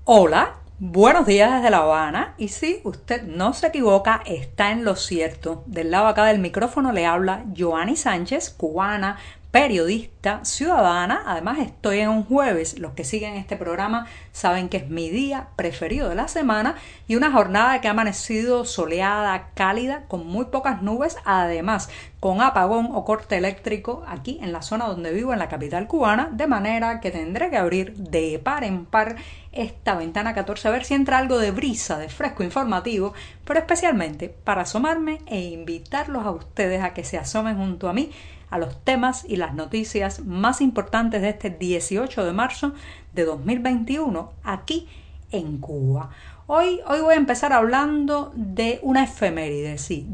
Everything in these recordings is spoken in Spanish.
Hola, buenos días desde La Habana. Y sí, usted no se equivoca, está en lo cierto. Del lado acá del micrófono le habla Joanny Sánchez, cubana, periodista, ciudadana. Además estoy en un jueves. Los que siguen este programa saben que es mi día preferido de la semana y una jornada que ha amanecido soleada, cálida, con muy pocas nubes, además con apagón o corte eléctrico aquí en la zona donde vivo, en la capital cubana, de manera que tendré que abrir de par en par esta ventana 14 a ver si entra algo de brisa, de fresco informativo, pero especialmente para asomarme e invitarlos a ustedes a que se asomen junto a mí a los temas y las noticias más importantes de este 18 de marzo de 2021 aquí en Cuba. Hoy voy a empezar hablando de una efeméride, sí,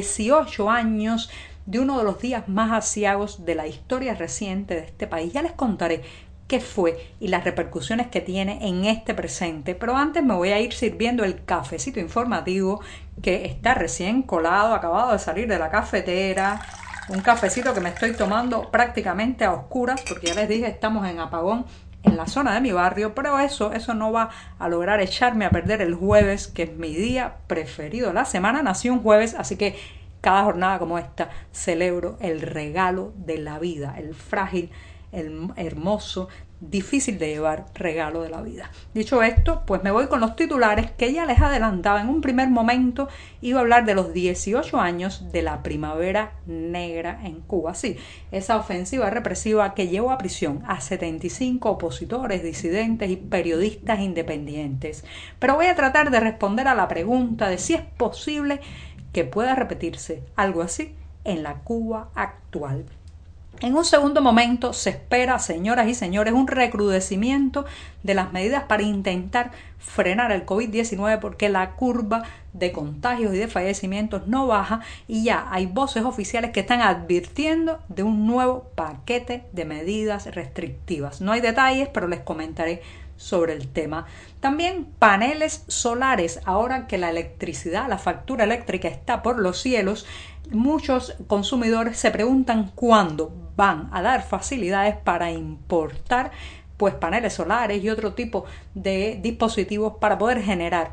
18 años de uno de los días más aciagos de la historia reciente de este país. Ya les contaré qué fue y las repercusiones que tiene en este presente, pero antes me voy a ir sirviendo el cafecito informativo que está recién colado, acabado de salir de la cafetera, un cafecito que me estoy tomando prácticamente a oscuras porque ya les dije estamos en apagón en la zona de mi barrio, pero eso no va a lograr echarme a perder el jueves, que es mi día preferido de la semana. Nací un jueves, así que cada jornada como esta celebro el regalo de la vida, el frágil, el hermoso, difícil de llevar regalo de la vida. Dicho esto, pues me voy con los titulares que ya les adelantaba. En un primer momento iba a hablar de los 18 años de la primavera negra en Cuba. Sí, esa ofensiva represiva que llevó a prisión a 75 opositores, disidentes y periodistas independientes. Pero voy a tratar de responder a la pregunta de si es posible que pueda repetirse algo así en la Cuba actual. En un segundo momento se espera, señoras y señores, un recrudecimiento de las medidas para intentar frenar el COVID-19 porque la curva de contagios y de fallecimientos no baja y ya hay voces oficiales que están advirtiendo de un nuevo paquete de medidas restrictivas. No hay detalles, pero les comentaré sobre el tema. También paneles solares. Ahora que la electricidad, la factura eléctrica está por los cielos, muchos consumidores se preguntan cuándo van a dar facilidades para importar pues paneles solares y otro tipo de dispositivos para poder generar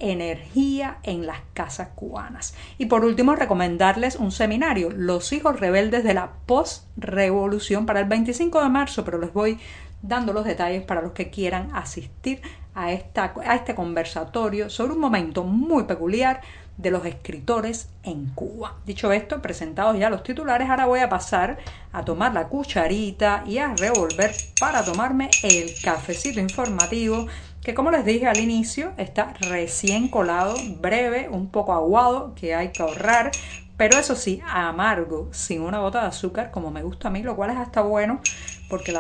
energía en las casas cubanas. Y por último, recomendarles un seminario, Los hijos rebeldes de la postrevolución, para el 25 de marzo, pero les voy dando los detalles para los que quieran asistir a este conversatorio sobre un momento muy peculiar de los escritores en Cuba. Dicho esto, presentados ya los titulares, ahora voy a pasar a tomar la cucharita y a revolver para tomarme el cafecito informativo que, como les dije al inicio, está recién colado, breve, un poco aguado, que hay que ahorrar, pero eso sí, amargo, sin una gota de azúcar, como me gusta a mí, lo cual es hasta bueno, porque el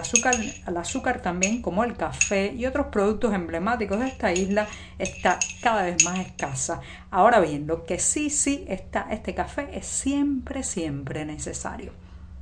azúcar también, como el café y otros productos emblemáticos de esta isla, está cada vez más escasa. Ahora bien, lo que sí está este café es siempre necesario.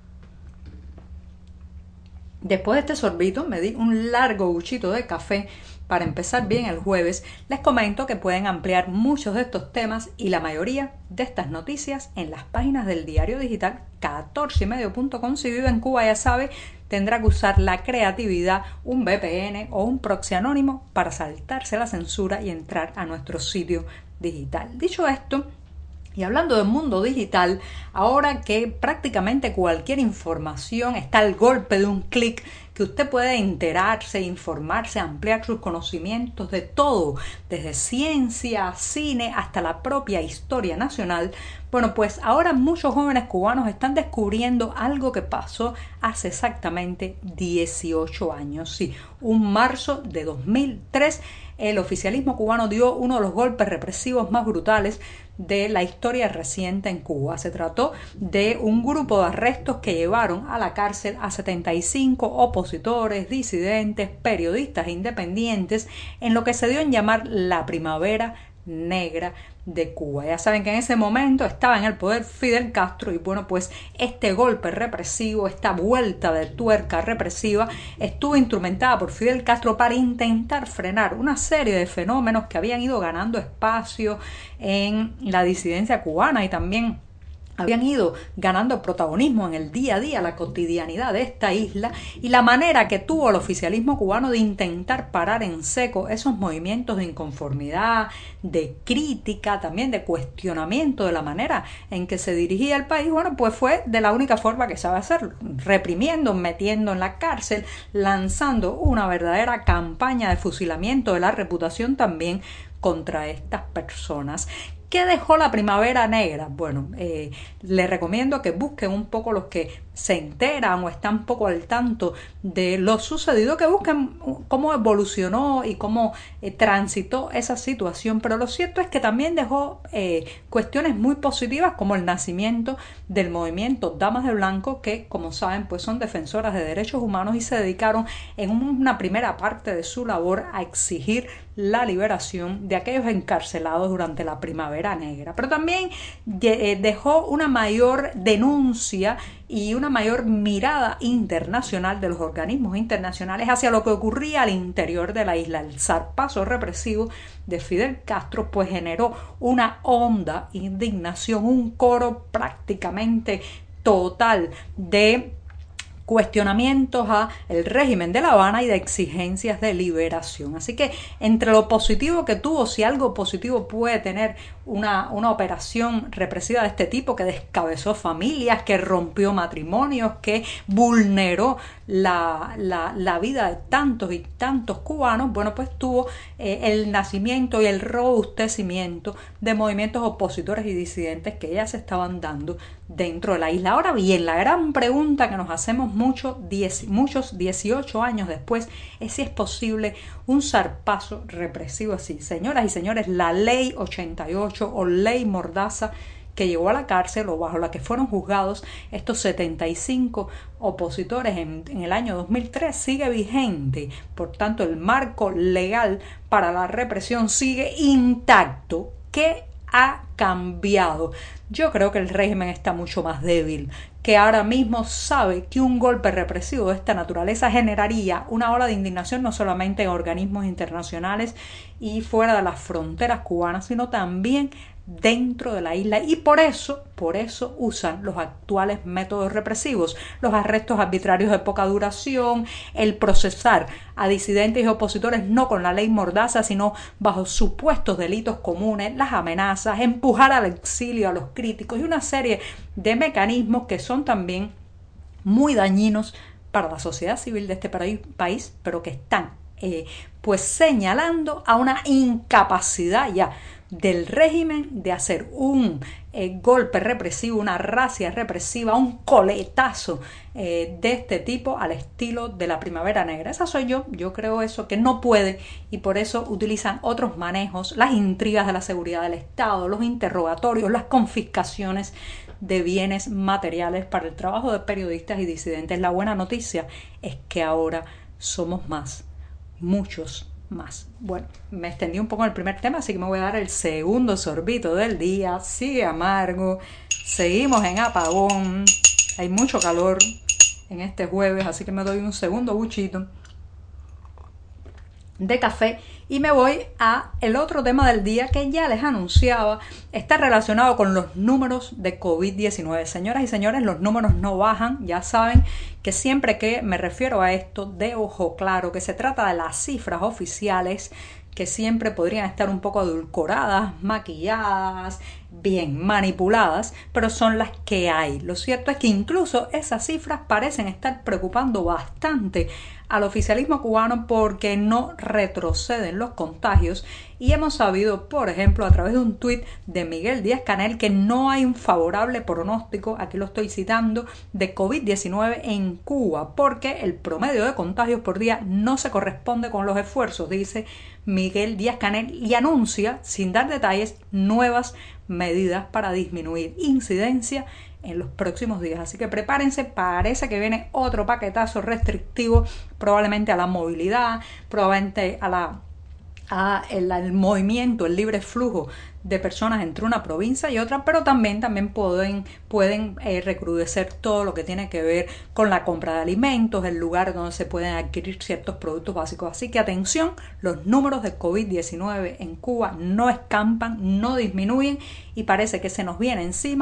Después de este sorbito me di un largo buchito de café para empezar bien el jueves. Les comento que pueden ampliar muchos de estos temas y la mayoría de estas noticias en las páginas del diario digital 14ymedio.com. Si vive en Cuba, ya sabe, tendrá que usar la creatividad, un VPN o un proxy anónimo para saltarse la censura y entrar a nuestro sitio digital. Dicho esto, y hablando del mundo digital, ahora que prácticamente cualquier información está al golpe de un clic, que usted puede enterarse, informarse, ampliar sus conocimientos de todo, desde ciencia, cine, hasta la propia historia nacional. Bueno, pues ahora muchos jóvenes cubanos están descubriendo algo que pasó hace exactamente 18 años. Sí, un marzo de 2003, el oficialismo cubano dio uno de los golpes represivos más brutales de la historia reciente en Cuba. Se trató de un grupo de arrestos que llevaron a la cárcel a 75 opositores, disidentes, periodistas independientes, en lo que se dio en llamar la Primavera Negra de Cuba. Ya saben que en ese momento estaba en el poder Fidel Castro y bueno, pues este golpe represivo, esta vuelta de tuerca represiva estuvo instrumentada por Fidel Castro para intentar frenar una serie de fenómenos que habían ido ganando espacio en la disidencia cubana y también habían ido ganando protagonismo en el día a día, la cotidianidad de esta isla, y la manera que tuvo el oficialismo cubano de intentar parar en seco esos movimientos de inconformidad, de crítica, también de cuestionamiento de la manera en que se dirigía el país, bueno, pues fue de la única forma que sabe hacerlo, reprimiendo, metiendo en la cárcel, lanzando una verdadera campaña de fusilamiento de la reputación también contra estas personas. ¿Qué dejó la Primavera Negra? Bueno, les recomiendo que busquen un poco los que se enteran o están un poco al tanto de lo sucedido, que busquen cómo evolucionó y cómo transitó esa situación, pero lo cierto es que también dejó cuestiones muy positivas como el nacimiento del movimiento Damas de Blanco, que como saben pues son defensoras de derechos humanos y se dedicaron en una primera parte de su labor a exigir la liberación de aquellos encarcelados durante la Primavera Negra, pero también dejó una mayor denuncia y una mayor mirada internacional de los organismos internacionales hacia lo que ocurría al interior de la isla. El zarpazo represivo de Fidel Castro pues generó una honda indignación, un coro prácticamente total de cuestionamientos a el régimen de La Habana y de exigencias de liberación. Así que entre lo positivo que tuvo, si algo positivo puede tener una operación represiva de este tipo, que descabezó familias, que rompió matrimonios, que vulneró la vida de tantos y tantos cubanos, bueno, pues tuvo el nacimiento y el robustecimiento de movimientos opositores y disidentes que ya se estaban dando dentro de la isla. Ahora bien, la gran pregunta que nos hacemos muchos 18 años después es si es posible un zarpazo represivo así. Señoras y señores, la ley 88 o ley Mordaza, que llevó a la cárcel o bajo la que fueron juzgados estos 75 opositores en el año 2003, sigue vigente. Por tanto, el marco legal para la represión sigue intacto. ¿Qué ha cambiado? Yo creo que el régimen está mucho más débil, que ahora mismo sabe que un golpe represivo de esta naturaleza generaría una ola de indignación no solamente en organismos internacionales y fuera de las fronteras cubanas, sino también dentro de la isla, y por eso usan los actuales métodos represivos, los arrestos arbitrarios de poca duración, el procesar a disidentes y opositores no con la ley Mordaza, sino bajo supuestos delitos comunes, las amenazas, empujar al exilio a los críticos y una serie de mecanismos que son también muy dañinos para la sociedad civil de este país, pero que están pues señalando a una incapacidad ya del régimen de hacer un golpe represivo, una racia represiva, un coletazo de este tipo al estilo de la Primavera Negra. Esa soy yo creo eso, que no puede, y por eso utilizan otros manejos, las intrigas de la seguridad del Estado, los interrogatorios, las confiscaciones de bienes materiales para el trabajo de periodistas y disidentes. La buena noticia es que ahora somos más, muchos más. Bueno, me extendí un poco en el primer tema, así que me voy a dar el segundo sorbito del día. Sigue amargo, seguimos en apagón, hay mucho calor en este jueves, así que me doy un segundo buchito de café y me voy a el otro tema del día que ya les anunciaba. Está relacionado con los números de COVID-19. Señoras y señores, los números no bajan. Ya saben que siempre que me refiero a esto, de ojo claro que se trata de las cifras oficiales, que siempre podrían estar un poco adulcoradas, maquilladas, bien manipuladas, pero son las que hay. Lo cierto es que incluso esas cifras parecen estar preocupando bastante al oficialismo cubano porque no retroceden los contagios, y hemos sabido, por ejemplo, a través de un tuit de Miguel Díaz-Canel, que no hay un favorable pronóstico, aquí lo estoy citando, de COVID-19 en Cuba, porque el promedio de contagios por día no se corresponde con los esfuerzos, dice Miguel Díaz-Canel, y anuncia, sin dar detalles, nuevas medidas para disminuir incidencia en los próximos días. Así que prepárense, parece que viene otro paquetazo restrictivo, probablemente a la movilidad, probablemente el movimiento, el libre flujo de personas entre una provincia y otra, pero también pueden recrudecer todo lo que tiene que ver con la compra de alimentos, el lugar donde se pueden adquirir ciertos productos básicos. Así que atención, los números de COVID-19 en Cuba no escampan, no disminuyen, y parece que se nos viene encima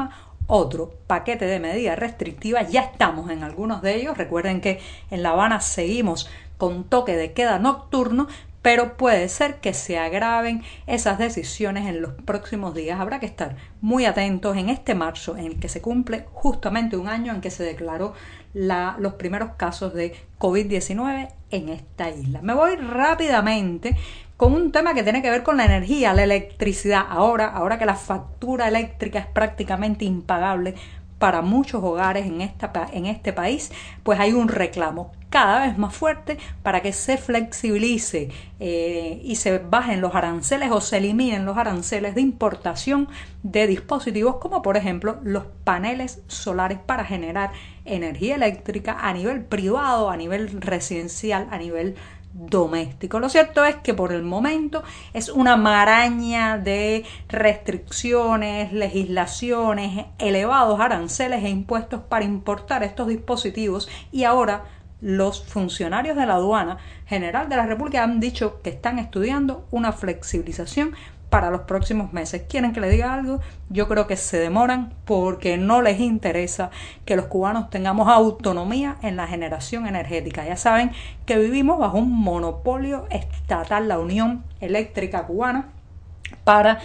otro paquete de medidas restrictivas. Ya estamos en algunos de ellos. Recuerden que en La Habana seguimos con toque de queda nocturno, pero puede ser que se agraven esas decisiones en los próximos días. Habrá que estar muy atentos en este marzo, en el que se cumple justamente un año en que se declaró los primeros casos de COVID-19 en esta isla. Me voy rápidamente con un tema que tiene que ver con la energía, la electricidad. Ahora que la factura eléctrica es prácticamente impagable para muchos hogares en este país, pues hay un reclamo cada vez más fuerte para que se flexibilice y se bajen los aranceles o se eliminen los aranceles de importación de dispositivos como por ejemplo los paneles solares para generar energía eléctrica a nivel privado, a nivel residencial, a nivel doméstico. Lo cierto es que por el momento es una maraña de restricciones, legislaciones, elevados aranceles e impuestos para importar estos dispositivos, y ahora los funcionarios de la Aduana General de la República han dicho que están estudiando una flexibilización para los próximos meses. ¿Quieren que les diga algo? Yo creo que se demoran porque no les interesa que los cubanos tengamos autonomía en la generación energética. Ya saben que vivimos bajo un monopolio estatal, la Unión Eléctrica Cubana, para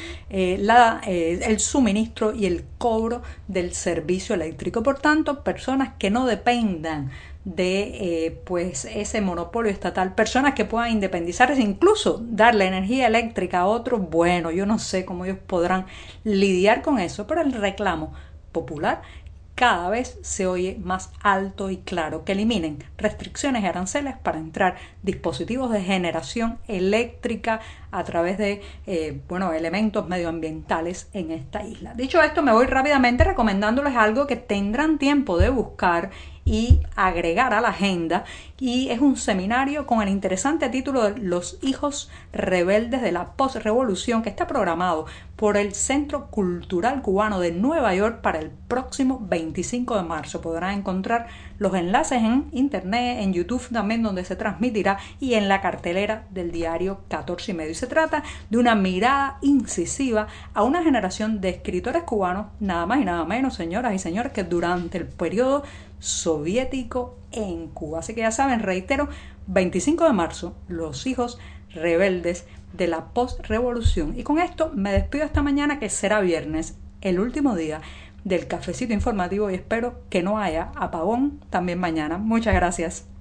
el suministro y el cobro del servicio eléctrico. Por tanto, personas que no dependan de pues ese monopolio estatal, personas que puedan independizarse, incluso darle energía eléctrica a otros, bueno, yo no sé cómo ellos podrán lidiar con eso, pero el reclamo popular cada vez se oye más alto y claro: que eliminen restricciones y aranceles para entrar dispositivos de generación eléctrica a través de elementos medioambientales en esta isla. Dicho esto, me voy rápidamente recomendándoles algo que tendrán tiempo de buscar y agregar a la agenda, y es un seminario con el interesante título de Los hijos rebeldes de la postrevolución, que está programado por el Centro Cultural Cubano de Nueva York para el próximo 25 de marzo. Podrán encontrar los enlaces en internet, en YouTube también, donde se transmitirá, y en la cartelera del diario 14 y medio. Y se trata de una mirada incisiva a una generación de escritores cubanos, nada más y nada menos, señoras y señores, que durante el periodo soviético en Cuba. Así que ya saben, reitero, 25 de marzo, Los hijos rebeldes de la postrevolución. Y con esto me despido esta mañana, que será viernes, el último día del cafecito informativo, y espero que no haya apagón también mañana. Muchas gracias.